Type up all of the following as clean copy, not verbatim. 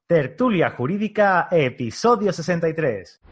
Tertulia Jurídica, episodio 63.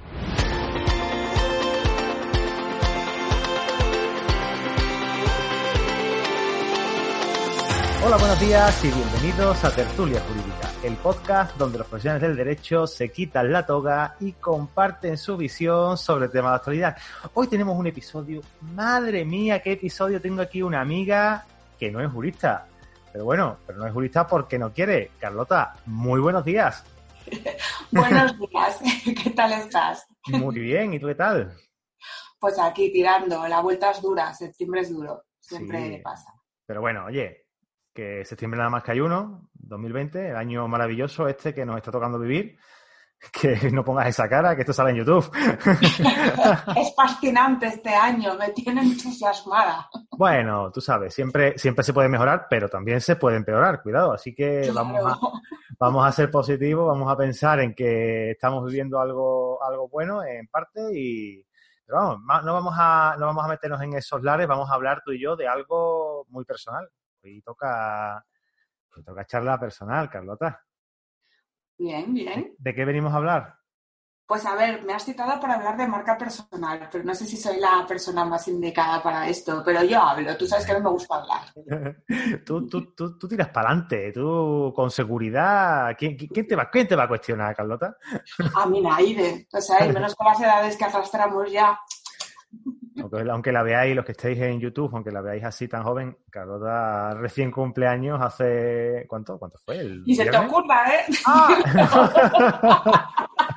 Hola, buenos días y bienvenidos a Tertulia Jurídica, el podcast donde los profesionales del derecho se quitan la toga y comparten su visión sobre temas de actualidad. Hoy tenemos un episodio, madre mía, qué episodio. Tengo aquí una amiga que no es jurista, pero no es jurista porque no quiere. Carlota, muy buenos días. Buenos días, ¿qué tal estás? Muy bien, ¿y tú qué tal? Pues aquí tirando, la vuelta es dura, septiembre es duro, siempre Sí, pasa. pero bueno, oye, que septiembre nada más que hay uno, 2020, el año maravilloso este que nos está tocando vivir. Que no pongas esa cara, que esto sale en YouTube. Es fascinante este año, me tiene entusiasmada. Bueno, tú sabes, siempre se puede mejorar, pero también se puede empeorar, cuidado. Así que Claro. vamos a ser positivos, vamos a pensar en que estamos viviendo algo bueno en parte pero vamos, no vamos a meternos en esos lares, vamos a hablar tú y yo de algo muy personal. Hoy toca charla personal, Carlota. Bien, bien. ¿De qué venimos a hablar? Pues a ver, me has citado para hablar de marca personal, pero no sé si soy la persona más indicada para esto, pero yo hablo, tú sabes que a mí me gusta hablar. Tú tiras para adelante, tú con seguridad. ¿Quién te va a cuestionar, Carlota? A mí nadie, o sea, y menos con las edades que arrastramos ya. Aunque la veáis, los que estéis en YouTube, aunque la veáis así tan joven, Carlota recién cumpleaños hace... ¿Cuánto fue? ¿El Y se te viernes? ocurra, ¿eh? ¡Ah!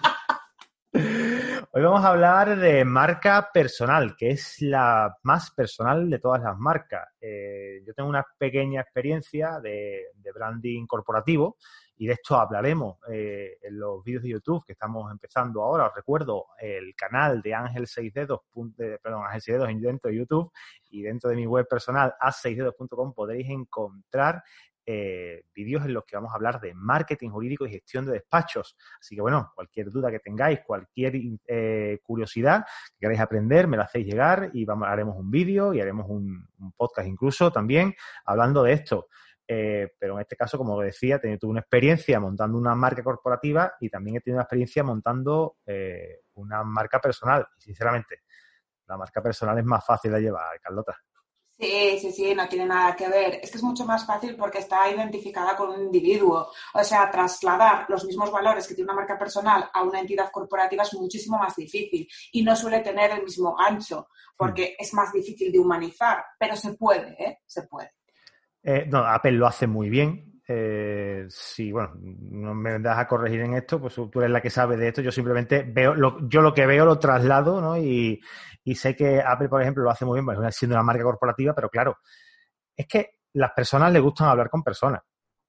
Hoy vamos a hablar de marca personal, que es la más personal de todas las marcas. Yo tengo una pequeña experiencia de branding corporativo y de esto hablaremos en los vídeos de YouTube que estamos empezando ahora. Os recuerdo el canal de Ángel 6dedos, Ángel 6dedos dentro de YouTube, y dentro de mi web personal a6dedos.com podréis encontrar vídeos en los que vamos a hablar de marketing jurídico y gestión de despachos. Así que bueno, cualquier duda que tengáis, cualquier curiosidad que queráis aprender, me la hacéis llegar y haremos un vídeo y haremos un podcast incluso también hablando de esto. Pero en este caso, como decía, tuve una experiencia montando una marca corporativa y también he tenido una experiencia montando una marca personal. Y sinceramente, la marca personal es más fácil de llevar, Carlota. Sí, no tiene nada que ver. Es que es mucho más fácil porque está identificada con un individuo. O sea, trasladar los mismos valores que tiene una marca personal a una entidad corporativa es muchísimo más difícil y no suele tener el mismo gancho porque es más difícil de humanizar, pero se puede, ¿eh? Se puede. No, Apple lo hace muy bien. Sí, bueno, no me vendas a corregir en esto, pues tú eres la que sabe de esto. Yo simplemente veo, yo lo que veo lo traslado, ¿no? Y sé que Apple, por ejemplo, lo hace muy bien, bueno, siendo una marca corporativa, pero claro, es que las personas les gustan hablar con personas.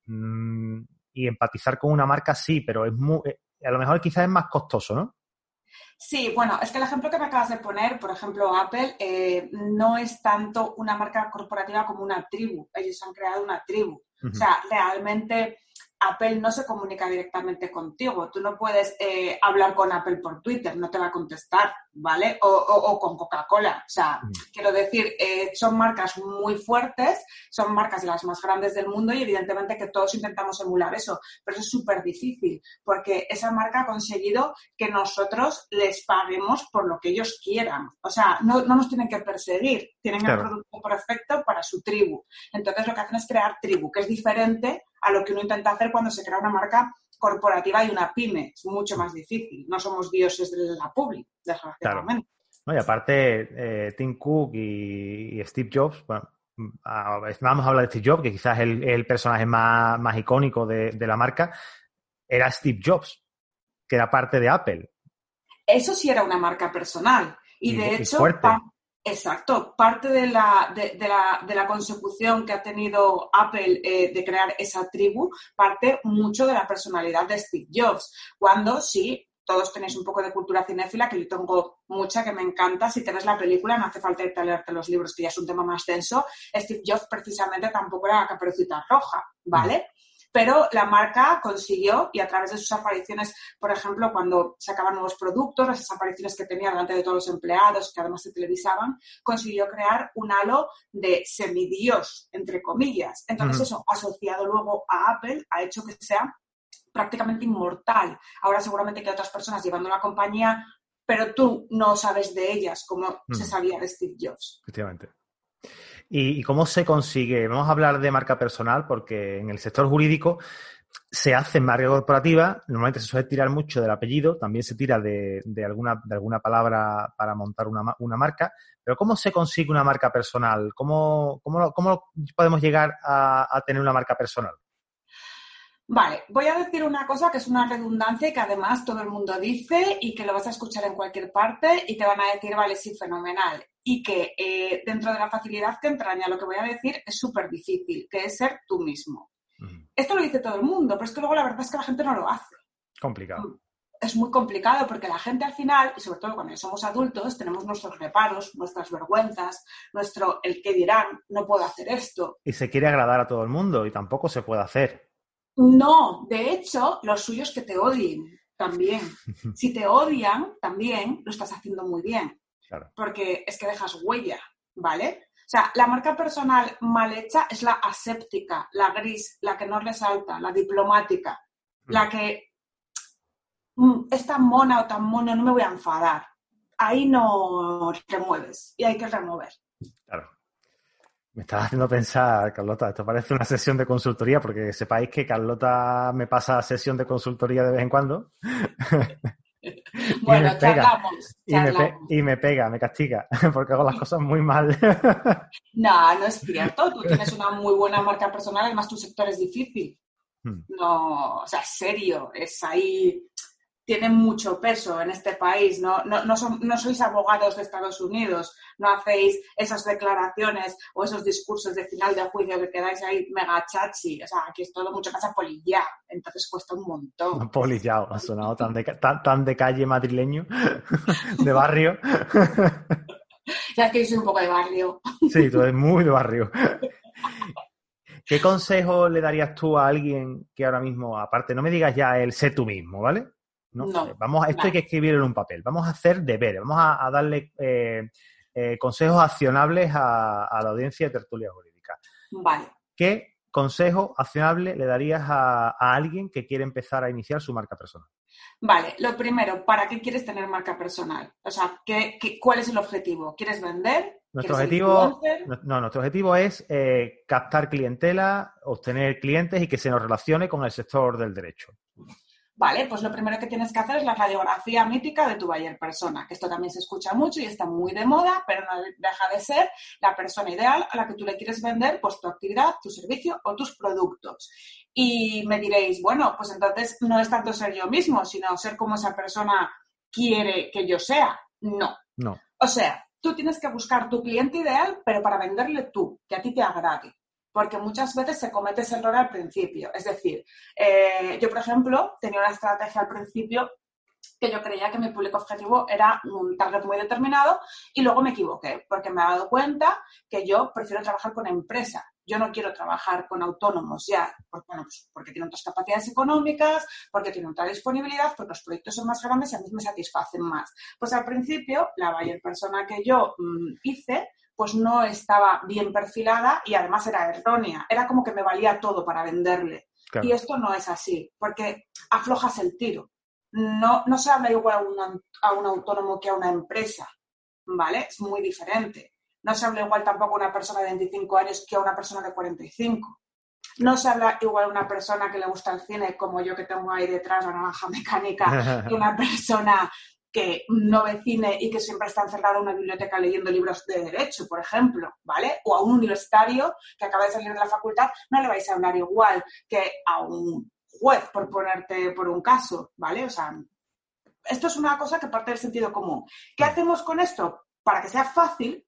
Y empatizar con una marca sí, pero a lo mejor quizás es más costoso, ¿no? Sí, bueno, es que el ejemplo que me acabas de poner, por ejemplo, Apple, no es tanto una marca corporativa como una tribu. Ellos han creado una tribu. Uh-huh. O sea, realmente Apple no se comunica directamente contigo. Tú no puedes hablar con Apple por Twitter, no te va a contestar, ¿vale? O con Coca-Cola. O sea, quiero decir, son marcas muy fuertes, son marcas de las más grandes del mundo y evidentemente que todos intentamos emular eso. Pero eso es súper difícil porque esa marca ha conseguido que nosotros les paguemos por lo que ellos quieran. O sea, no nos tienen que perseguir, tienen el producto perfecto para su tribu. Entonces lo que hacen es crear tribu, que es diferente a lo que uno intenta hacer cuando se crea una marca corporativa y una pyme. Es mucho más difícil. No somos dioses de la publi, desgraciadamente. Claro. No, y aparte, Tim Cook y Steve Jobs, bueno, vamos a hablar de Steve Jobs, que quizás es el personaje más icónico de la marca, era Steve Jobs, que era parte de Apple. Eso sí era una marca personal. Y de hecho, fuerte. Exacto, parte de la consecución que ha tenido Apple de crear esa tribu parte mucho de la personalidad de Steve Jobs. Cuando sí, todos tenéis un poco de cultura cinéfila, que yo tengo mucha, que me encanta. Si te ves la película, no hace falta irte a leerte los libros, que ya es un tema más denso. Steve Jobs precisamente tampoco era la Caperucita Roja, ¿vale? Pero la marca consiguió, y a través de sus apariciones, por ejemplo, cuando sacaban nuevos productos, las apariciones que tenía delante de todos los empleados, que además se televisaban, consiguió crear un halo de semidios, entre comillas. Entonces eso, asociado luego a Apple, ha hecho que sea prácticamente inmortal. Ahora seguramente que hay otras personas llevando la compañía, pero tú no sabes de ellas como se sabía de Steve Jobs. Efectivamente. ¿Y cómo se consigue? Vamos a hablar de marca personal porque en el sector jurídico se hace marca corporativa, normalmente se suele tirar mucho del apellido, también se tira de alguna palabra para montar una marca, pero ¿cómo se consigue una marca personal? ¿Cómo podemos llegar a tener una marca personal? Vale, voy a decir una cosa que es una redundancia y que además todo el mundo dice y que lo vas a escuchar en cualquier parte y te van a decir, vale, sí, fenomenal. Y que dentro de la facilidad que entraña lo que voy a decir es súper difícil, que es ser tú mismo. Esto lo dice todo el mundo, pero es que luego la verdad es que la gente no lo hace. Complicado. Es muy complicado porque la gente al final, y sobre todo cuando somos adultos, tenemos nuestros reparos, nuestras vergüenzas, el qué dirán, no puedo hacer esto. Y se quiere agradar a todo el mundo y tampoco se puede hacer. No, de hecho, lo suyo es que te odien también. Si te odian, también lo estás haciendo muy bien. Claro. Porque es que dejas huella, ¿vale? O sea, la marca personal mal hecha es la aséptica, la gris, la que no resalta, la diplomática, la que es tan mona o tan mono, no me voy a enfadar. Ahí no remueves y hay que remover. Claro. Me estás haciendo pensar, Carlota, esto parece una sesión de consultoría, porque sepáis que Carlota me pasa sesión de consultoría de vez en cuando. Bueno, charlamos. Y me pega, me castiga, porque hago las cosas muy mal. No, no es cierto. Tú tienes una muy buena marca personal, además tu sector es difícil. No, o sea, es serio, es ahí... Tienen mucho peso en este país, no sois abogados de Estados Unidos, no hacéis esas declaraciones o esos discursos de final de juicio que quedáis ahí mega chachi, o sea, aquí es todo mucho más apolillado, entonces cuesta un montón. Apolillado, ha sonado tan de calle madrileño, de barrio. Ya que yo soy un poco de barrio. Sí, tú eres muy de barrio. ¿Qué consejo le darías tú a alguien que ahora mismo, aparte, no me digas ya el sé tú mismo, ¿vale? No. Esto hay que escribirlo en un papel. Vamos a hacer deberes. Vamos a darle consejos accionables a la audiencia de Tertulia Jurídica. Vale. ¿Qué consejo accionable le darías a alguien que quiere empezar a iniciar su marca personal? Vale, lo primero, ¿para qué quieres tener marca personal? O sea, ¿cuál es el objetivo? ¿Quieres vender? Nuestro objetivo es captar clientela, obtener clientes y que se nos relacione con el sector del derecho. Vale, pues lo primero que tienes que hacer es la radiografía mítica de tu buyer persona, que esto también se escucha mucho y está muy de moda, pero no deja de ser la persona ideal a la que tú le quieres vender pues tu actividad, tu servicio o tus productos. Y me diréis, bueno, pues entonces no es tanto ser yo mismo, sino ser como esa persona quiere que yo sea. No. O sea, tú tienes que buscar tu cliente ideal, pero para venderle tú, que a ti te agrade. Porque muchas veces se comete ese error al principio. Es decir, yo, por ejemplo, tenía una estrategia al principio que yo creía que mi público objetivo era un target muy determinado y luego me equivoqué porque me he dado cuenta que yo prefiero trabajar con empresa. Yo no quiero trabajar con autónomos ya, porque tienen otras capacidades económicas, porque tienen otra disponibilidad, porque los proyectos son más grandes y a mí me satisfacen más. Pues al principio, la buyer persona que yo hice, pues no estaba bien perfilada y además era errónea. Era como que me valía todo para venderle. Claro. Y esto no es así, porque aflojas el tiro. No se habla igual a un autónomo que a una empresa, ¿vale? Es muy diferente. No se habla igual tampoco a una persona de 25 años que a una persona de 45. No se habla igual a una persona que le gusta el cine, como yo que tengo ahí detrás la naranja mecánica, que una persona que no ve cine y que siempre está encerrado en una biblioteca leyendo libros de derecho, por ejemplo, ¿vale? O a un universitario que acaba de salir de la facultad, no le vais a hablar igual que a un juez, por ponerte por un caso, ¿vale? O sea, esto es una cosa que parte del sentido común. ¿Qué hacemos con esto? Para que sea fácil,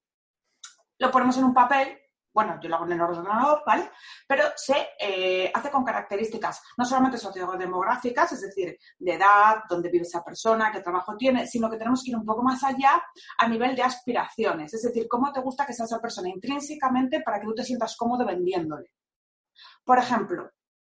lo ponemos en un papel. Bueno, yo lo hago en el ordenador, ¿vale? Pero se hace con características no solamente sociodemográficas, es decir, de edad, dónde vive esa persona, qué trabajo tiene, sino que tenemos que ir un poco más allá a nivel de aspiraciones. Es decir, cómo te gusta que sea esa persona intrínsecamente para que tú te sientas cómodo vendiéndole. Por ejemplo,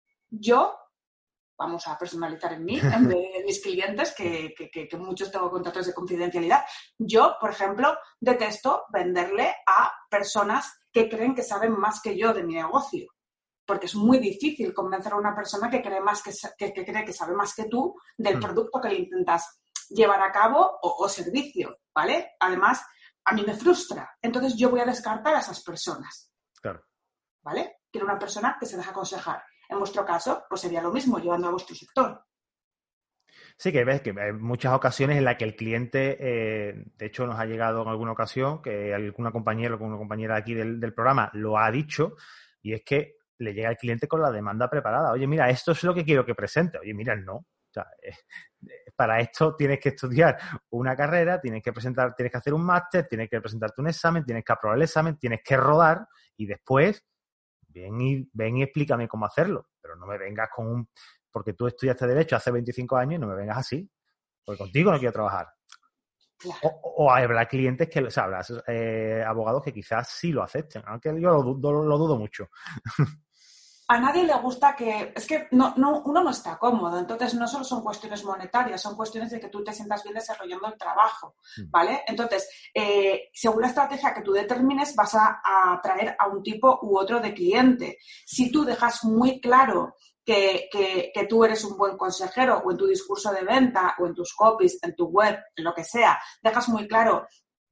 yo, vamos a personalizar en mí, en mis clientes, que muchos tengo contratos de confidencialidad, yo, por ejemplo, detesto venderle a personas que creen que saben más que yo de mi negocio. porque es muy difícil convencer a una persona que cree cree que sabe más que tú del producto que le intentas llevar a cabo o servicio, ¿vale? Además, a mí me frustra. Entonces, yo voy a descartar a esas personas. Claro. ¿Vale? Quiero una persona que se deja aconsejar. En vuestro caso, pues sería lo mismo, llevando a vuestro sector. Sí, que ves que hay muchas ocasiones en las que el cliente, de hecho nos ha llegado en alguna ocasión que alguna compañera o alguna compañera aquí del programa lo ha dicho, y es que le llega al cliente con la demanda preparada. Oye, mira, esto es lo que quiero que presente. Oye, mira, no. O sea, para esto tienes que estudiar una carrera, tienes que hacer un máster, tienes que presentarte un examen, tienes que aprobar el examen, tienes que rodar y después ven y explícame cómo hacerlo. Pero no me vengas con un... Porque tú estudiaste Derecho hace 25 años y no me vengas así. Porque contigo no quiero trabajar. Claro. O habrá clientes que... O sea, habrá abogados que quizás sí lo acepten. Aunque yo lo dudo mucho. A nadie le gusta que... Es que uno no está cómodo. Entonces, no solo son cuestiones monetarias, son cuestiones de que tú te sientas bien desarrollando el trabajo, ¿vale? Entonces, según la estrategia que tú determines, vas a atraer a un tipo u otro de cliente. Si tú dejas muy claro que tú eres un buen consejero, o en tu discurso de venta, o en tus copies, en tu web, en lo que sea, dejas muy claro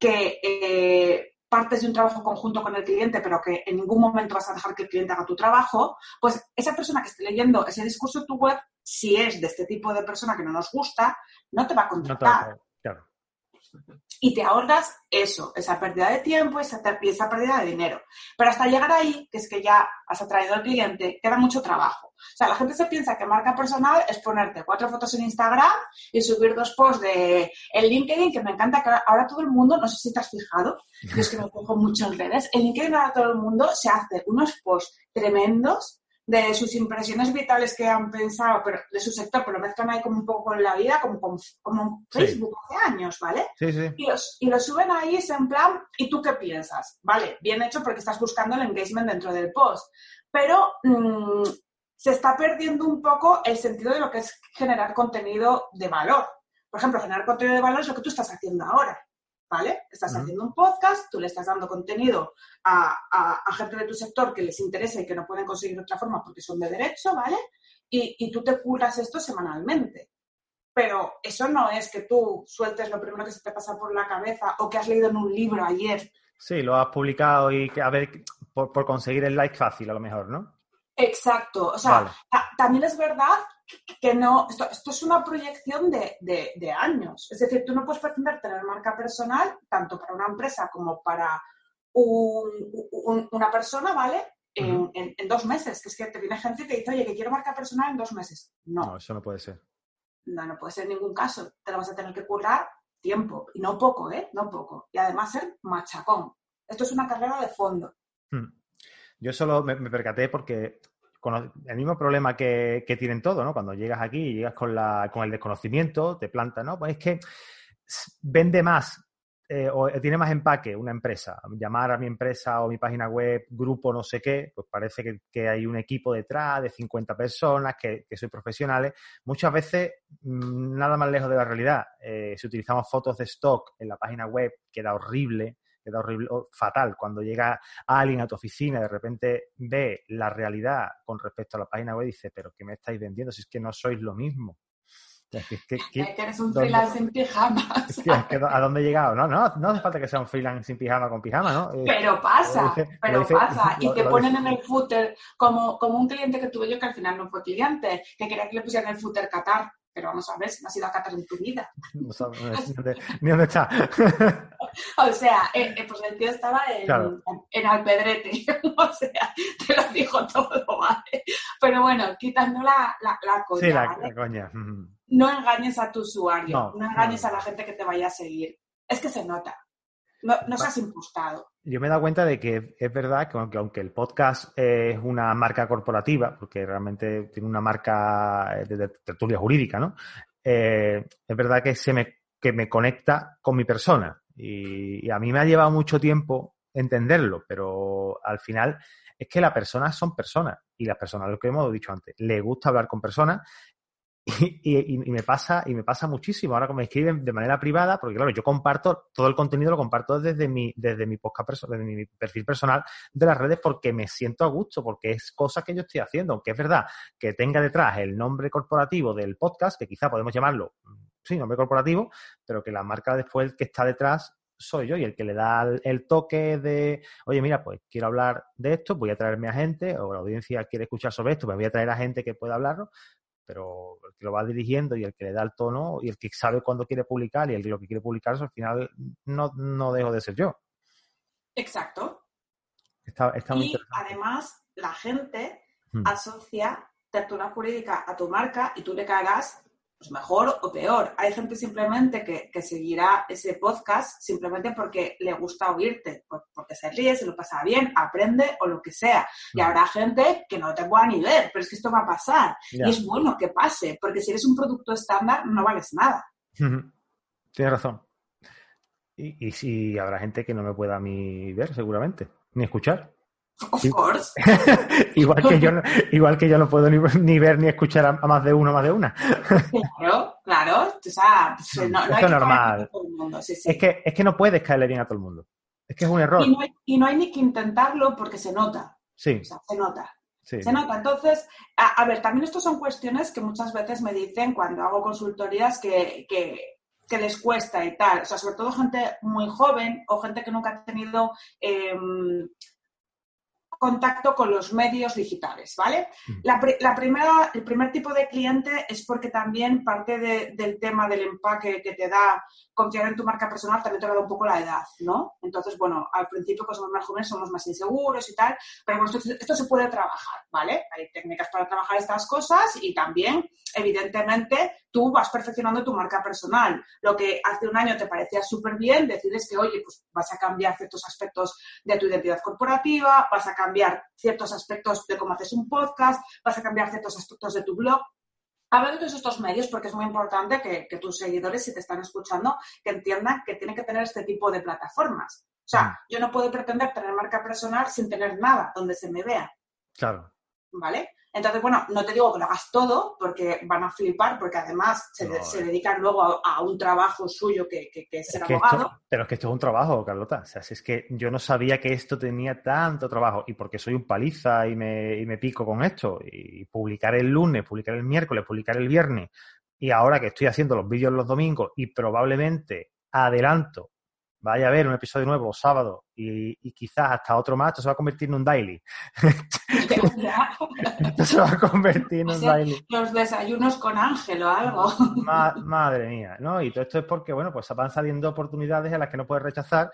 que partes de un trabajo conjunto con el cliente, pero que en ningún momento vas a dejar que el cliente haga tu trabajo, pues esa persona que esté leyendo ese discurso en tu web, si es de este tipo de persona que no nos gusta, no te va a contratar. Claro. Y te ahorras eso, esa pérdida de tiempo y esa pérdida de dinero. Pero hasta llegar ahí, que es que ya has atraído al cliente, queda mucho trabajo. O sea, la gente se piensa que marca personal es ponerte 4 fotos en Instagram y subir 2 posts de el LinkedIn, que me encanta que ahora todo el mundo, no sé si te has fijado, yo es que me fijo mucho en redes, en LinkedIn ahora todo el mundo se hace unos posts tremendos de sus impresiones vitales que han pensado, pero de su sector, pero lo mezclan ahí como un poco con la vida, como Facebook hace años, ¿vale? Sí, sí. Y lo suben ahí, es en plan, ¿y tú qué piensas? Vale, bien hecho porque estás buscando el engagement dentro del post, pero se está perdiendo un poco el sentido de lo que es generar contenido de valor. Por ejemplo, generar contenido de valor es lo que tú estás haciendo ahora, ¿vale? Estás haciendo un podcast, tú le estás dando contenido a gente de tu sector que les interesa y que no pueden conseguir de otra forma porque son de derecho, ¿vale? Y tú te curras esto semanalmente. Pero eso no es que tú sueltes lo primero que se te pasa por la cabeza o que has leído en un libro ayer. Sí, lo has publicado y a ver, por conseguir el like fácil a lo mejor, ¿no? Exacto. O sea, vale. También es verdad que no, esto es una proyección de años. Es decir, tú no puedes pretender tener marca personal tanto para una empresa como para una persona, ¿vale? En 2 meses. Que es que te viene gente y te dice, oye, que quiero marca personal en 2 meses. No, eso no puede ser. No puede ser en ningún caso. Te lo vas a tener que currar tiempo. Y no poco, ¿eh? No poco. Y además ser machacón. Esto es una carrera de fondo. Yo solo me percaté porque con el mismo problema que tienen todos, ¿no? Cuando llegas aquí y llegas con el desconocimiento, te plantas, ¿no? Pues es que vende más o tiene más empaque una empresa. Llamar a mi empresa o mi página web grupo no sé qué, pues parece que hay un equipo detrás de 50 personas, que soy profesionales. Muchas veces, nada más lejos de la realidad. Si utilizamos fotos de stock en la página web, queda horrible, fatal. Cuando llega alguien a tu oficina y de repente ve la realidad con respecto a la página web y dice, ¿pero qué me estáis vendiendo? Si es que no sois lo mismo. Que eres un freelance sin pijama. ¿A dónde he llegado? No hace falta que sea un freelance sin pijama con pijama, ¿no? Pero pasa. Y te ponen en el footer como un cliente que tuve yo que al final no fue cliente, que quería que le pusieran el footer Qatar. Pero vamos a ver, si no has ido a Qatar en tu vida. No sabes ni dónde está. O sea, pues el tío estaba en Alpedrete. O sea, te lo dijo todo, ¿vale? Pero bueno, quitando la coña. Sí, la ¿vale? coña. No engañes a tu usuario, no engañes no. a la gente que te vaya a seguir. Es que se nota. No seas impostado. Yo me he dado cuenta de que es verdad que aunque el podcast es una marca corporativa, porque realmente tiene una marca de tertulia jurídica, ¿no? Es verdad que me conecta con mi persona. Y a mí me ha llevado mucho tiempo entenderlo, pero al final es que las personas son personas. Y las personas, lo que hemos dicho antes, les gusta hablar con personas. Y me pasa muchísimo. Ahora que me escriben de manera privada, porque claro, yo comparto todo el contenido, lo comparto desde mi podcast desde mi perfil personal de las redes, porque me siento a gusto, porque es cosa que yo estoy haciendo. Aunque es verdad que tenga detrás el nombre corporativo del podcast, que quizá podemos llamarlo, sí, nombre corporativo, pero que la marca después que está detrás soy yo, y el que le da el toque de, oye, mira, pues quiero hablar de esto, voy a traerme a gente, o la audiencia quiere escuchar sobre esto, pues voy a traer a gente que pueda hablarlo. Pero el que lo va dirigiendo y el que le da el tono y el que sabe cuándo quiere publicar y el que lo que quiere publicar, eso al final no dejo de ser yo. Exacto. Está muy y interesante. además la gente asocia tertulia jurídica a tu marca y tú le caerás pues mejor o peor. Hay gente simplemente que seguirá ese podcast simplemente porque le gusta oírte, porque se ríe, se lo pasa bien, aprende o lo que sea. Y habrá gente que no te pueda ni ver, pero es que esto va a pasar. Y es bueno que pase, porque si eres un producto estándar no vales nada. Tienes razón. Y sí, habrá gente que no me pueda a mí ver, seguramente, ni escuchar. Of course. igual que yo no puedo ni ver ni escuchar a más de uno, a más de una. Claro. O sea, no hay que normal. caer a todo el mundo. Sí. Es que no puedes caerle bien a todo el mundo. Es que es un error. Y no hay ni que intentarlo porque se nota. Sí. O sea, se nota. Sí. Se nota. Entonces, a ver, también estos son cuestiones que muchas veces me dicen cuando hago consultorías que les cuesta y tal. O sea, sobre todo gente muy joven o gente que nunca ha tenido contacto con los medios digitales, ¿vale? El primer tipo de cliente es porque también parte del tema del empaque que te da confiar en tu marca personal también te lo da un poco la edad, ¿no? Entonces, bueno, al principio que somos más jóvenes somos más inseguros y tal, pero bueno, esto se puede trabajar, ¿vale? Hay técnicas para trabajar estas cosas y también, evidentemente, tú vas perfeccionando tu marca personal. Lo que hace un año te parecía súper bien, decides que, oye, pues vas a cambiar ciertos aspectos de tu identidad corporativa, vas a cambiar ciertos aspectos de cómo haces un podcast, vas a cambiar ciertos aspectos de tu blog. Habla de todos estos medios porque es muy importante que tus seguidores, si te están escuchando, que entiendan que tienen que tener este tipo de plataformas. O sea, yo no puedo pretender tener marca personal sin tener nada donde se me vea. Claro. ¿Vale? Entonces, bueno, no te digo que lo hagas todo porque van a flipar, porque además se dedican luego a un trabajo suyo que es ser abogado. Pero es que esto es un trabajo, Carlota. O sea, si es que yo no sabía que esto tenía tanto trabajo y porque soy un paliza y me pico con esto y publicar el lunes, publicar el miércoles, publicar el viernes y ahora que estoy haciendo los vídeos los domingos y probablemente adelanto vaya a haber un episodio nuevo los sábados y quizás hasta otro más, esto se va a convertir en un daily. Esto se va a convertir en un daily. Los desayunos con Ángel o algo. Madre mía, ¿no? Y todo esto es porque, bueno, pues van saliendo oportunidades a las que no puedes rechazar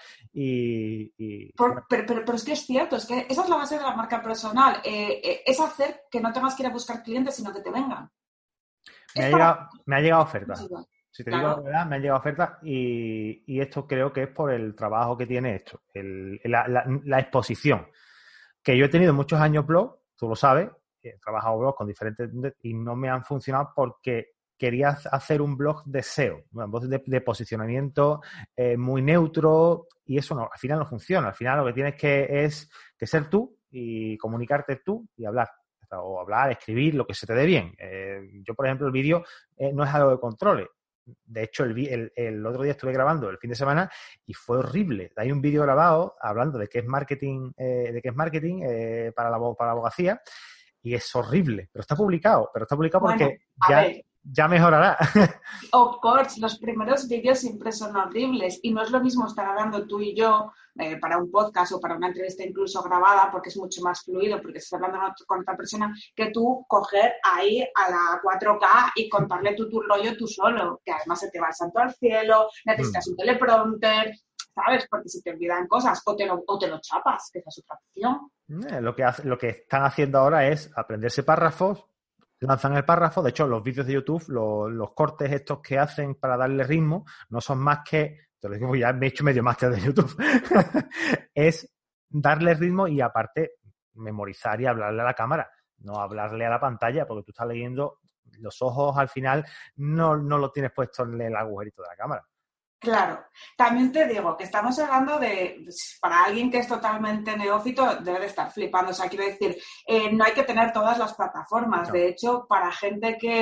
Pero es que es cierto, es que esa es la base de la marca personal. Es hacer que no tengas que ir a buscar clientes, sino que te vengan. Me ha llegado ofertas. Si te digo la verdad, me han llegado ofertas y esto creo que es por el trabajo que tiene esto, la exposición. Que yo he tenido muchos años blog, tú lo sabes, he trabajado blog con diferentes y no me han funcionado porque quería hacer un blog de SEO, de posicionamiento muy neutro y eso no, al final no funciona. Al final lo que tienes es que ser tú y comunicarte tú y hablar. O hablar, escribir, lo que se te dé bien. Yo, por ejemplo, el vídeo no es algo que controle. De hecho, el otro día estuve grabando el fin de semana y fue horrible. Hay un vídeo grabado hablando de qué es marketing, para la abogacía y es horrible. Pero está publicado porque ya mejorará. Of course, los primeros vídeos siempre son horribles y no es lo mismo estar hablando tú y yo para un podcast o para una entrevista incluso grabada porque es mucho más fluido, porque estás hablando con otra persona, que tú coger ahí a la 4K y contarle tu rollo tú solo, que además se te va el santo al cielo, necesitas un teleprompter, ¿sabes? Porque se te olvidan cosas o te lo chapas, que esa es otra opción. Lo que están haciendo ahora es aprenderse párrafos, lanzan el párrafo. De hecho, los vídeos de YouTube, los cortes estos que hacen para darle ritmo, no son más que, te lo digo porque ya me he hecho medio máster de YouTube, es darle ritmo y aparte memorizar y hablarle a la cámara, no hablarle a la pantalla, porque tú estás leyendo, los ojos al final no lo tienes puesto en el agujerito de la cámara. Claro. También te digo que estamos hablando de, para alguien que es totalmente neófito, debe de estar flipando. O sea, quiero decir, no hay que tener todas las plataformas. No. De hecho, para gente que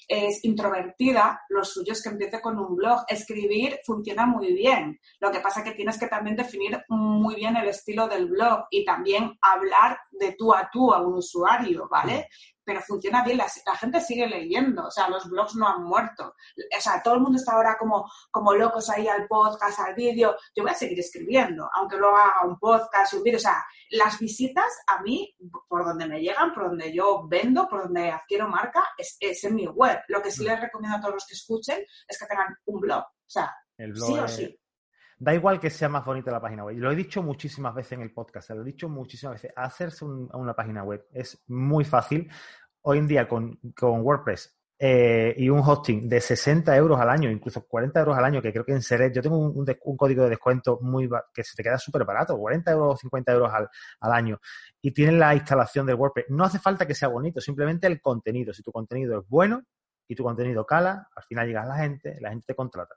es introvertida, lo suyo es que empiece con un blog. Escribir funciona muy bien. Lo que pasa es que tienes que también definir muy bien el estilo del blog y también hablar de tú a un usuario, ¿vale? Pero funciona bien, la gente sigue leyendo, o sea, los blogs no han muerto. O sea, todo el mundo está ahora como locos ahí al podcast, al vídeo. Yo voy a seguir escribiendo, aunque luego haga un podcast, un vídeo. O sea, las visitas a mí, por donde me llegan, por donde yo vendo, por donde adquiero marca, es en mi web. Lo que sí les recomiendo a todos los que escuchen es que tengan un blog. O sea, el blog sí o sí. Da igual que sea más bonita la página web. Lo he dicho muchísimas veces en el podcast, lo he dicho muchísimas veces. Hacerse una página web es muy fácil. Hoy en día con WordPress y un hosting de 60 euros al año, incluso 40 euros al año, que creo que en Seret, yo tengo un código de descuento que se te queda súper barato, 40 euros o 50 euros al año, y tienen la instalación del WordPress. No hace falta que sea bonito, simplemente el contenido. Si tu contenido es bueno y tu contenido cala, al final llega la gente te contrata.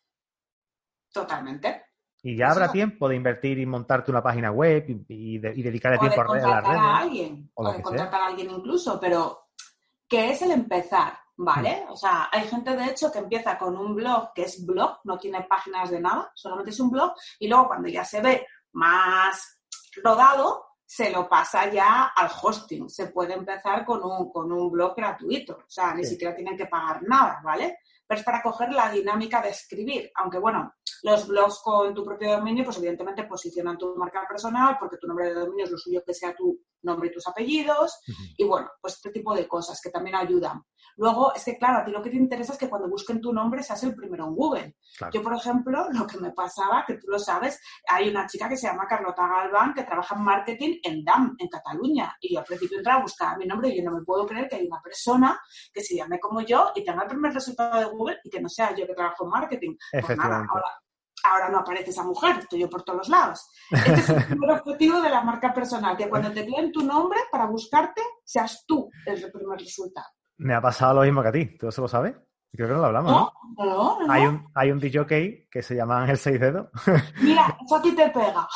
Totalmente. Y ya habrá tiempo de invertir y montarte una página web y dedicarle tiempo a las redes. O de contratar a alguien incluso, pero ¿qué es el empezar? ¿Vale? O sea, hay gente de hecho que empieza con un blog que es blog, no tiene páginas de nada, solamente es un blog, y luego cuando ya se ve más rodado, se lo pasa ya al hosting. Se puede empezar con un blog gratuito, o sea, ni siquiera tienen que pagar nada, ¿vale? Pero es para coger la dinámica de escribir, aunque bueno, los blogs con tu propio dominio, pues evidentemente posicionan tu marca personal, porque tu nombre de dominio es lo suyo que sea tu nombre y tus apellidos, y bueno, pues este tipo de cosas que también ayudan. Luego, es que claro, a ti lo que te interesa es que cuando busquen tu nombre seas el primero en Google. Claro. Yo, por ejemplo, lo que me pasaba, que tú lo sabes, hay una chica que se llama Carlota Galván que trabaja en marketing en DAM, en Cataluña, y yo al principio entraba a buscar mi nombre y yo no me puedo creer que hay una persona que se llame como yo y tenga el primer resultado de Google y que no sea yo que trabajo en marketing. Pues nada, ahora no aparece esa mujer, estoy yo por todos lados. Este es el primer objetivo de la marca personal, que cuando te piden tu nombre para buscarte, seas tú el primer resultado. Me ha pasado lo mismo que a ti, ¿tú eso lo sabes? Creo que no lo hablamos, ¿no? No. Hay un DJ que se llama Ángel Seis Dedos. Mira, eso a ti te pega.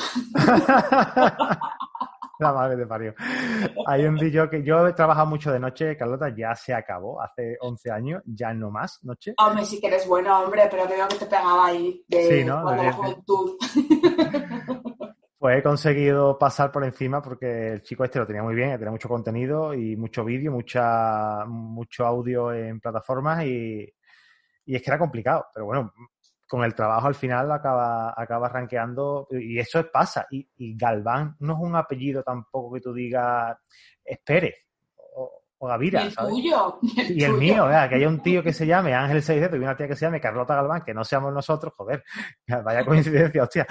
La madre te parió. Hay un DJ que yo he trabajado mucho de noche, Carlota, ya se acabó, hace 11 años, ya no más noche. Hombre, sí que eres bueno, hombre, pero creo que te pegaba ahí de la juventud. Pues he conseguido pasar por encima porque el chico este lo tenía muy bien, tenía mucho contenido y mucho vídeo, mucho audio en plataformas y es que era complicado, pero bueno, con el trabajo al final acaba rankeando y eso pasa. Y Galván no es un apellido tampoco que tú digas es Pérez o Gavira, el ¿sabes? Tuyo, y el mío, que haya un tío que se llame Ángel Seideto y una tía que se llame Carlota Galván, que no seamos nosotros, joder, vaya coincidencia, hostia.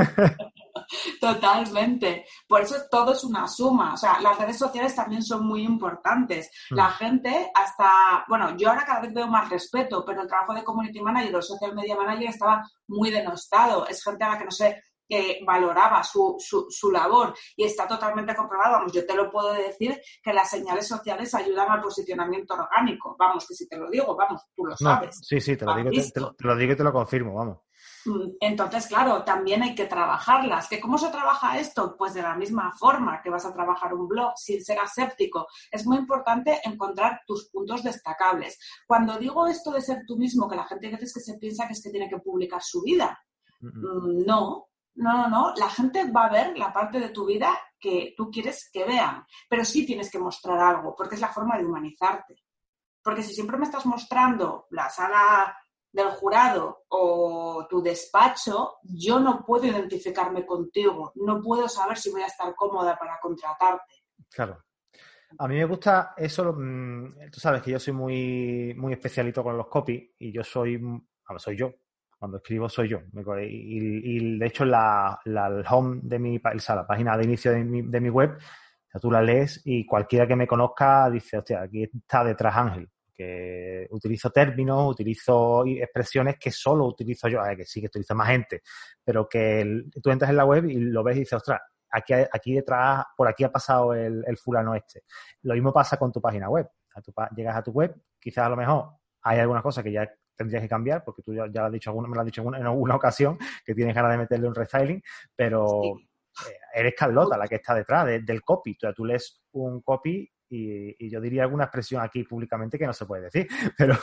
Totalmente. Por eso todo es una suma. O sea, las redes sociales también son muy importantes. La gente hasta... Bueno, yo ahora cada vez veo más respeto, pero el trabajo de community manager o social media manager estaba muy denostado. Es gente a la que no sé... que valoraba su labor y está totalmente comprobado. Vamos, yo te lo puedo decir que las señales sociales ayudan al posicionamiento orgánico. Vamos, que si te lo digo, vamos, tú lo sabes. No, sí, te lo digo y te lo confirmo, vamos. Entonces, claro, también hay que trabajarlas. ¿Que cómo se trabaja esto? Pues de la misma forma que vas a trabajar un blog, sin ser aséptico. Es muy importante encontrar tus puntos destacables. Cuando digo esto de ser tú mismo, que la gente a veces que se piensa que es que tiene que publicar su vida. No. La gente va a ver la parte de tu vida que tú quieres que vean, pero sí tienes que mostrar algo, porque es la forma de humanizarte. Porque si siempre me estás mostrando la sala del jurado o tu despacho, yo no puedo identificarme contigo, no puedo saber si voy a estar cómoda para contratarte. Claro. A mí me gusta eso, tú sabes que yo soy muy, muy especialito con los copy y yo soy yo. Cuando escribo soy yo. Y de hecho la home de la página de inicio de mi web, o sea, tú la lees y cualquiera que me conozca dice, hostia, aquí está detrás Ángel. Que utilizo términos, utilizo expresiones que solo utilizo yo. Que sí que utiliza más gente, pero que tú entras en la web y lo ves y dices, ostras, aquí detrás, por aquí ha pasado el fulano este. Lo mismo pasa con tu página web. Llegas a tu web, quizás a lo mejor hay algunas cosas que ya tendrías que cambiar, porque tú ya me lo has dicho en alguna ocasión, que tienes ganas de meterle un restyling, pero eres Carlota la que está detrás del copy. Tú lees un copy y yo diría alguna expresión aquí públicamente que no se puede decir, pero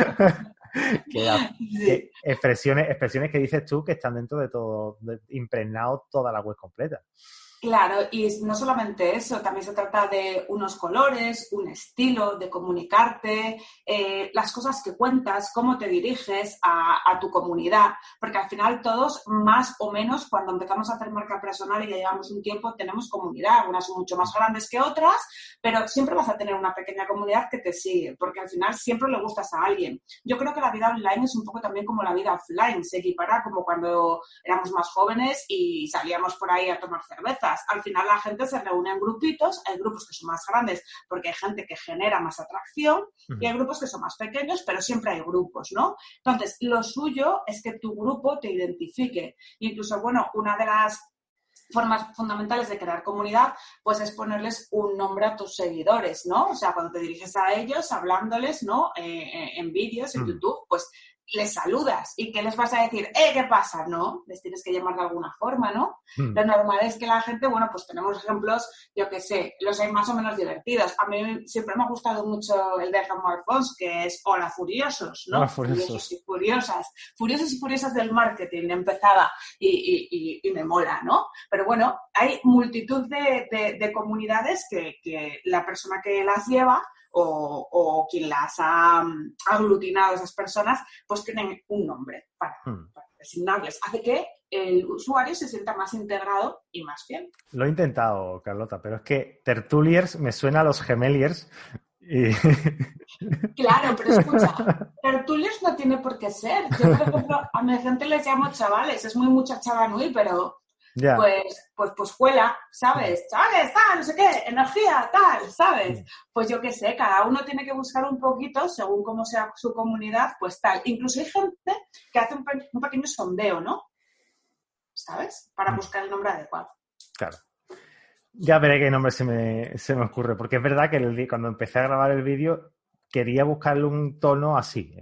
que expresiones que dices tú que están dentro de todo, impregnado toda la web completa. Claro, y no solamente eso, también se trata de unos colores, un estilo de comunicarte, las cosas que cuentas, cómo te diriges a tu comunidad, porque al final todos, más o menos, cuando empezamos a hacer marca personal y ya llevamos un tiempo, tenemos comunidad, algunas son mucho más grandes que otras, pero siempre vas a tener una pequeña comunidad que te sigue, porque al final siempre le gustas a alguien. Yo creo que la vida online es un poco también como la vida offline, se equipara como cuando éramos más jóvenes y salíamos por ahí a tomar cerveza. Al final la gente se reúne en grupitos, hay grupos que son más grandes porque hay gente que genera más atracción y hay grupos que son más pequeños, pero siempre hay grupos, ¿no? Entonces, lo suyo es que tu grupo te identifique. Incluso, bueno, una de las formas fundamentales de crear comunidad, pues es ponerles un nombre a tus seguidores, ¿no? O sea, cuando te diriges a ellos, hablándoles, ¿no? En vídeos, en YouTube, pues les saludas. ¿Y qué les vas a decir? ¿Qué pasa? No, les tienes que llamar de alguna forma, ¿no? Lo normal es que la gente, bueno, pues tenemos ejemplos, yo qué sé, los hay más o menos divertidos. A mí siempre me ha gustado mucho el de Ramón Alfons, que es Hola Furiosos, ¿no? Hola Furiosos. Furiosos y furiosas. Furiosos y furiosas del marketing, empezaba y me mola, ¿no? Pero bueno, hay multitud de comunidades que la persona que las lleva o quien las ha aglutinado a esas personas, pues tienen un nombre para designarles. Hace que el usuario se sienta más integrado y más fiel. Lo he intentado, Carlota, pero es que Tertuliers me suena a los Gemeliers. Y... Claro, pero escucha, Tertuliers no tiene por qué ser. Yo, por ejemplo, a mi gente les llamo chavales, es muy mucha chavanui, pero... Yeah. Pues juela, ¿sabes? Chavales, tal, no sé qué, energía, tal, ¿sabes? Pues yo qué sé, cada uno tiene que buscar un poquito, según cómo sea su comunidad, pues tal. Incluso hay gente que hace un pequeño sondeo, ¿no? ¿Sabes? Para buscar el nombre adecuado. Claro. Ya veré qué nombre se me ocurre, porque es verdad que cuando empecé a grabar el vídeo quería buscarle un tono así,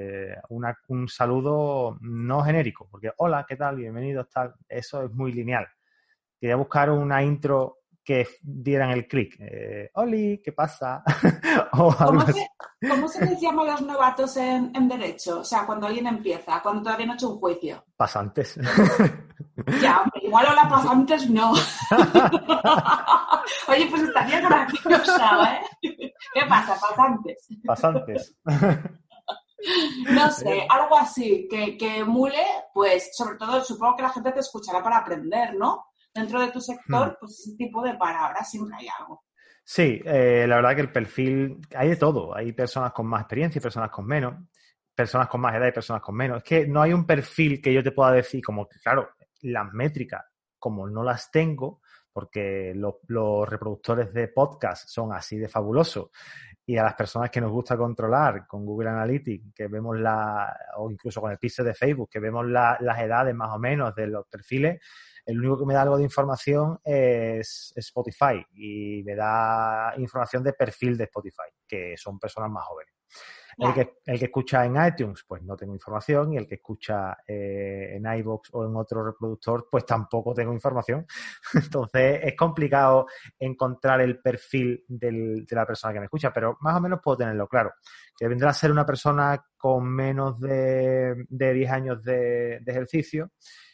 un saludo no genérico, porque hola, ¿qué tal? Bienvenidos, tal. Eso es muy lineal. Quería buscar una intro que dieran el clic. Oli, ¿qué pasa? ¿Cómo se les llama a los novatos en derecho? O sea, cuando alguien empieza, cuando todavía no ha hecho un juicio. Pasantes. Ya, hombre, igual hola pasantes no. Oye, pues estaría graciosa, ¿eh? ¿Qué pasa, pasantes? Pasantes. No sé, algo así, que emule, pues, sobre todo, supongo que la gente te escuchará para aprender, ¿no? Dentro de tu sector, pues ese tipo de palabras siempre hay algo. Sí, la verdad que el perfil, hay de todo. Hay personas con más experiencia y personas con menos, personas con más edad y personas con menos. Es que no hay un perfil que yo te pueda decir como que, claro, las métricas, como no las tengo, porque los reproductores de podcast son así de fabulosos, y a las personas que nos gusta controlar con Google Analytics, que vemos o incluso con el pixel de Facebook, que vemos las edades más o menos de los perfiles, el único que me da algo de información es Spotify, y me da información de perfil de Spotify, que son personas más jóvenes. El que escucha en iTunes, pues no tengo información, y el que escucha en iVoox o en otro reproductor, pues tampoco tengo información. Entonces es complicado encontrar el perfil de la persona que me escucha, pero más o menos puedo tenerlo claro. Que vendrá a ser una persona con menos de 10 años de ejercicio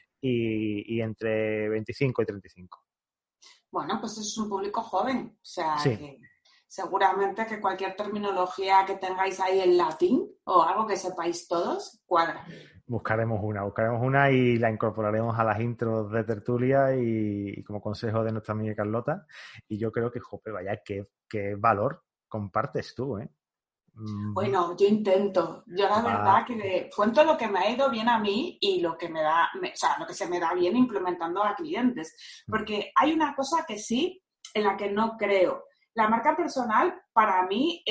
y entre 25 y 35. Bueno, pues es un público joven, o sea, sí. Que seguramente que cualquier terminología que tengáis ahí en latín o algo que sepáis todos, cuadra. Buscaremos una y la incorporaremos a las intros de Tertulia y como consejo de nuestra amiga Carlota. Y yo creo que, jope, vaya, qué valor compartes tú, ¿eh? Bueno, yo intento. Yo la verdad que cuento lo que me ha ido bien a mí y lo que lo que se me da bien implementando a clientes. Porque hay una cosa que sí, en la que no creo. La marca personal, para mí,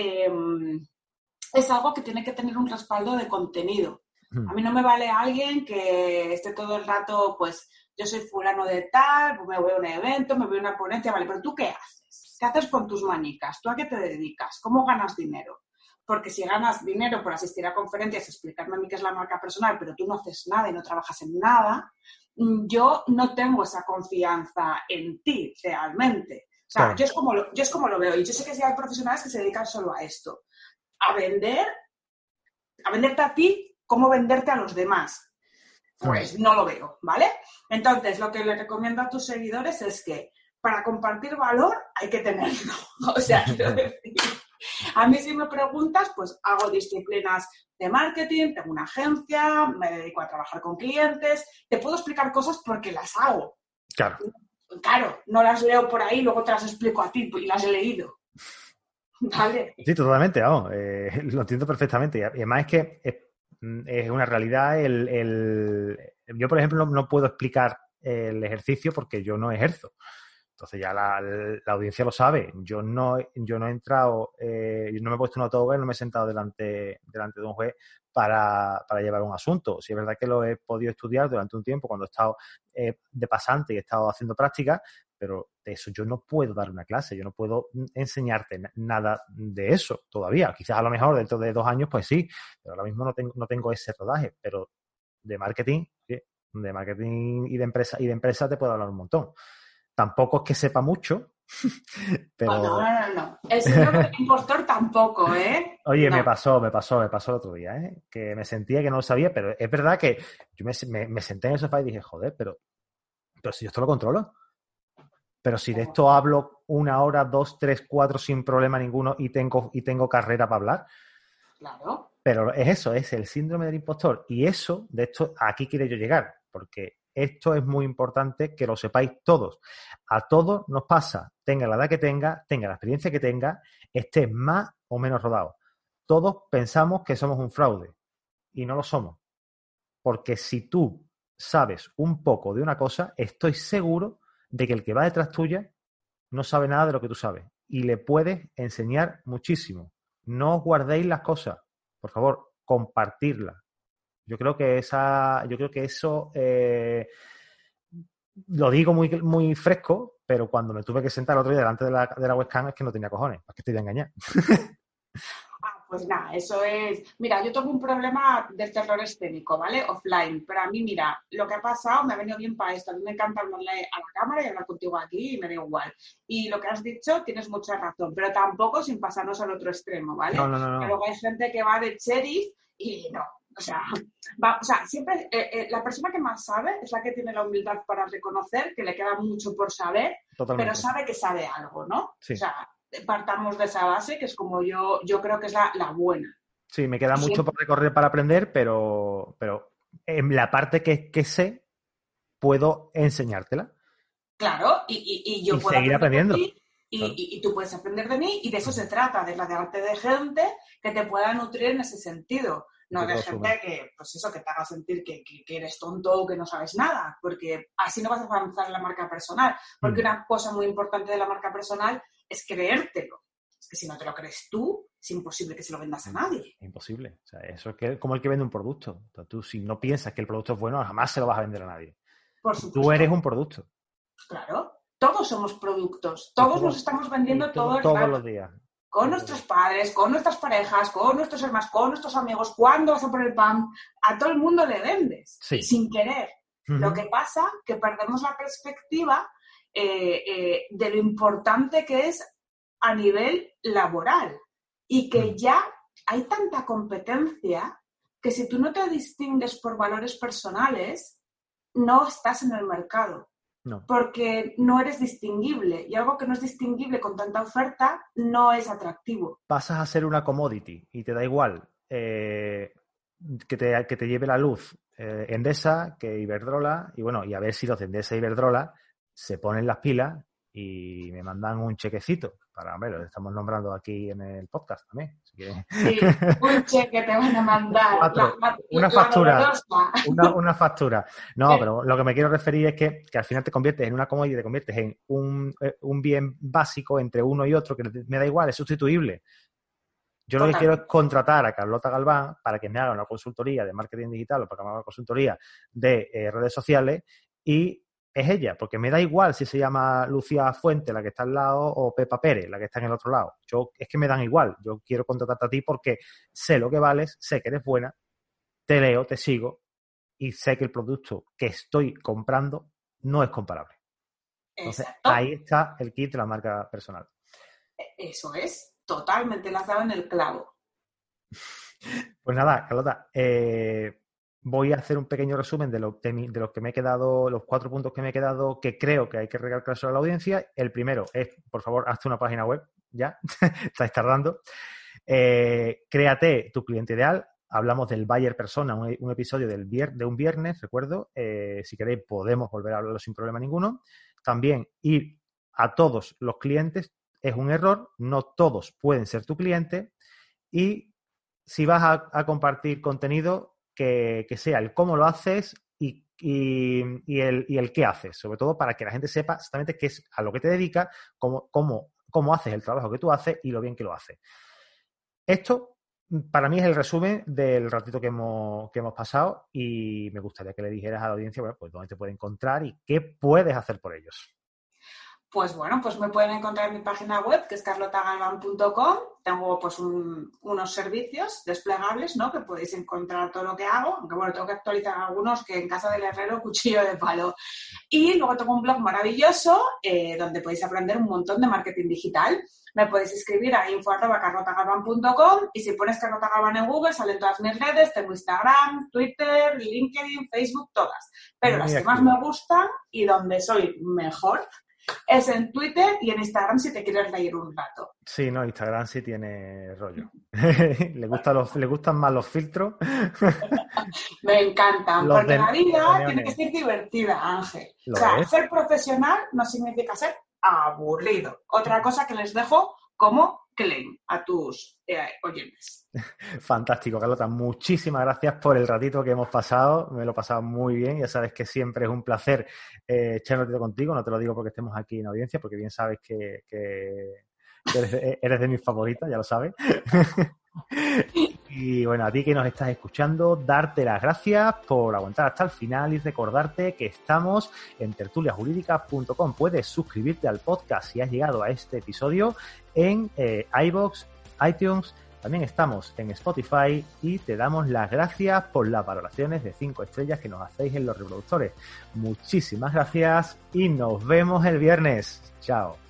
es algo que tiene que tener un respaldo de contenido. A mí no me vale alguien que esté todo el rato, pues, yo soy fulano de tal, pues me voy a un evento, me voy a una ponencia, vale, pero ¿tú qué haces? ¿Qué haces con tus manicas? ¿Tú a qué te dedicas? ¿Cómo ganas dinero? Porque si ganas dinero por asistir a conferencias, explicarme a mí qué es la marca personal, pero tú no haces nada y no trabajas en nada, yo no tengo esa confianza en ti realmente. O sea, Claro. yo es como lo veo. Y yo sé que sí hay profesionales que se dedican solo a esto. A venderte a ti, cómo venderte a los demás. Pues no lo veo, ¿vale? Entonces, lo que le recomiendo a tus seguidores es que para compartir valor hay que tenerlo. O sea, quiero decir, a mí si me preguntas, pues hago disciplinas de marketing, tengo una agencia, me dedico a trabajar con clientes, te puedo explicar cosas porque las hago. Claro. Claro, no las leo por ahí, luego te las explico a ti y las he leído. ¿Vale? Sí, totalmente, vamos. Lo entiendo perfectamente. Y además es que es una realidad. Yo, por ejemplo, no puedo explicar el ejercicio porque yo no ejerzo. Entonces ya la audiencia lo sabe. Yo no he entrado, yo no me he puesto una toga y no me he sentado delante de un juez para llevar un asunto. Sí es verdad que lo he podido estudiar durante un tiempo cuando he estado de pasante y he estado haciendo prácticas, pero de eso yo no puedo dar una clase, yo no puedo enseñarte nada de eso todavía. Quizás a lo mejor dentro de 2 años, pues sí, pero ahora mismo no tengo ese rodaje. Pero de marketing, sí, de marketing y de empresa te puedo hablar un montón. Tampoco es que sepa mucho, pero... No. El síndrome del impostor tampoco, ¿eh? Oye, No. me pasó el otro día, ¿eh? Que me sentía que no lo sabía, pero es verdad que yo me senté en el sofá y dije, joder, pero si yo esto lo controlo. Pero si de esto hablo 1 hora, 2, 3, 4 sin problema ninguno y tengo carrera para hablar. Claro. Pero es eso, es el síndrome del impostor. Y eso, de esto, aquí quiero yo llegar, porque esto es muy importante que lo sepáis todos. A todos nos pasa, tenga la edad que tenga la experiencia que tenga, esté más o menos rodado. Todos pensamos que somos un fraude y no lo somos. Porque si tú sabes un poco de una cosa, estoy seguro de que el que va detrás tuya no sabe nada de lo que tú sabes y le puedes enseñar muchísimo. No os guardéis las cosas, por favor, compartirlas. Yo creo que eso lo digo muy, muy fresco, pero cuando me tuve que sentar el otro día delante de la webcam es que no tenía cojones, ¿para qué te voy a engañar? Pues nada, eso es... Mira, yo tengo un problema de terror escénico, ¿vale? Offline. Pero a mí, mira, lo que ha pasado me ha venido bien para esto. A mí me encanta hablarle a la cámara y hablar contigo aquí y me da igual. Y lo que has dicho, tienes mucha razón, pero tampoco sin pasarnos al otro extremo, ¿vale? No. Que luego hay gente que va de sheriff y no. O sea, siempre la persona que más sabe es la que tiene la humildad para reconocer que le queda mucho por saber, Totalmente. pero sabe que sabe algo, ¿no? Sí. O sea, partamos de esa base, que es como yo creo que es la buena. Sí, me queda mucho por recorrer para aprender, pero en la parte que sé, puedo enseñártela. Claro, y yo puedo seguir aprender aprendiendo. de ti Claro. y tú puedes aprender de mí y de eso se trata, de rodearte de gente que te pueda nutrir en ese sentido. No de gente que, pues eso, que te haga sentir que eres tonto o que no sabes nada, porque así no vas a avanzar en la marca personal. Porque una cosa muy importante de la marca personal es creértelo. Es que si no te lo crees tú, es imposible que se lo vendas a nadie. Imposible. O sea, eso es como el que vende un producto. Entonces, tú, si no piensas que el producto es bueno, jamás se lo vas a vender a nadie. Por supuesto. Tú eres un producto. Claro. Todos somos productos. Todos nos estamos vendiendo todos los días. Con nuestros padres, con nuestras parejas, con nuestros hermanos, con nuestros amigos. ¿Cuándo vas a por el pan? A todo el mundo le vendes. Sí. Sin querer. Lo que pasa es que perdemos la perspectiva de lo importante que es a nivel laboral. Y que ya hay tanta competencia que si tú no te distingues por valores personales, no estás en el mercado. No. Porque no eres distinguible. Y algo que no es distinguible con tanta oferta no es atractivo. Pasas a ser una commodity y te da igual que te lleve la luz Endesa que Iberdrola. Y bueno, y a ver si los de Endesa e Iberdrola se ponen las pilas y me mandan un chequecito. Hombre, lo estamos nombrando aquí en el podcast también. Así que... Sí, un cheque te van a mandar. Una factura. Una factura. No, pero lo que me quiero referir es que al final te conviertes en una commodity, te conviertes en un bien básico entre uno y otro, que me da igual, es sustituible. Yo lo que quiero es contratar a Carlota Galván para que me haga una consultoría de marketing digital o para que me haga una consultoría de redes sociales y es ella, porque me da igual si se llama Lucía Fuente, la que está al lado, o Pepa Pérez, la que está en el otro lado. Es que me dan igual. Yo quiero contratarte a ti porque sé lo que vales, sé que eres buena, te leo, te sigo y sé que el producto que estoy comprando no es comparable. Entonces, Exacto. ahí está el kit de la marca personal. Eso es, totalmente, le has dado en el clavo. Pues nada, Carlota, voy a hacer un pequeño resumen de los que me he quedado, los 4 puntos que me he quedado que creo que hay que recalcar sobre la audiencia. El primero es, por favor, hazte una página web, ya, estáis tardando. Créate tu cliente ideal. Hablamos del buyer persona, un episodio de un viernes, recuerdo. Si queréis podemos volver a hablarlo sin problema ninguno. También ir a todos los clientes es un error, no todos pueden ser tu cliente. Y si vas a compartir contenido, que sea el cómo lo haces y el qué haces, sobre todo para que la gente sepa exactamente qué es a lo que te dedicas, cómo haces el trabajo que tú haces y lo bien que lo haces. Esto, para mí, es el resumen del ratito que hemos pasado y me gustaría que le dijeras a la audiencia, bueno, pues dónde te puede encontrar y qué puedes hacer por ellos. Pues bueno, pues me pueden encontrar en mi página web, que es carlotagalvan.com. Tengo pues unos servicios desplegables, ¿no? Que podéis encontrar todo lo que hago, aunque bueno, tengo que actualizar algunos que en casa del herrero cuchillo de palo. Y luego tengo un blog maravilloso donde podéis aprender un montón de marketing digital. Me podéis escribir a info@carlotagalvan.com y si pones Carlota Galván en Google salen todas mis redes. Tengo Instagram, Twitter, LinkedIn, Facebook, todas. Pero las que más me gustan y donde soy mejor es en Twitter y en Instagram si te quieres reír un rato. Sí, no, Instagram sí tiene rollo. le gustan más los filtros. Me encantan, porque la vida tiene que ser divertida, Ángel. O sea, ser profesional no significa ser aburrido. Otra cosa que les dejo como claim a tus oyentes. Fantástico, Carlota. Muchísimas gracias por el ratito que hemos pasado. Me lo he pasado muy bien. Ya sabes que siempre es un placer echar un ratito contigo. No te lo digo porque estemos aquí en audiencia, porque bien sabes que eres de mis favoritas, ya lo sabes. Y bueno, a ti que nos estás escuchando, darte las gracias por aguantar hasta el final y recordarte que estamos en tertuliajurídica.com. Puedes suscribirte al podcast si has llegado a este episodio en iVoox, iTunes. También estamos en Spotify y te damos las gracias por las valoraciones de 5 estrellas que nos hacéis en los reproductores. Muchísimas gracias y nos vemos el viernes. Chao.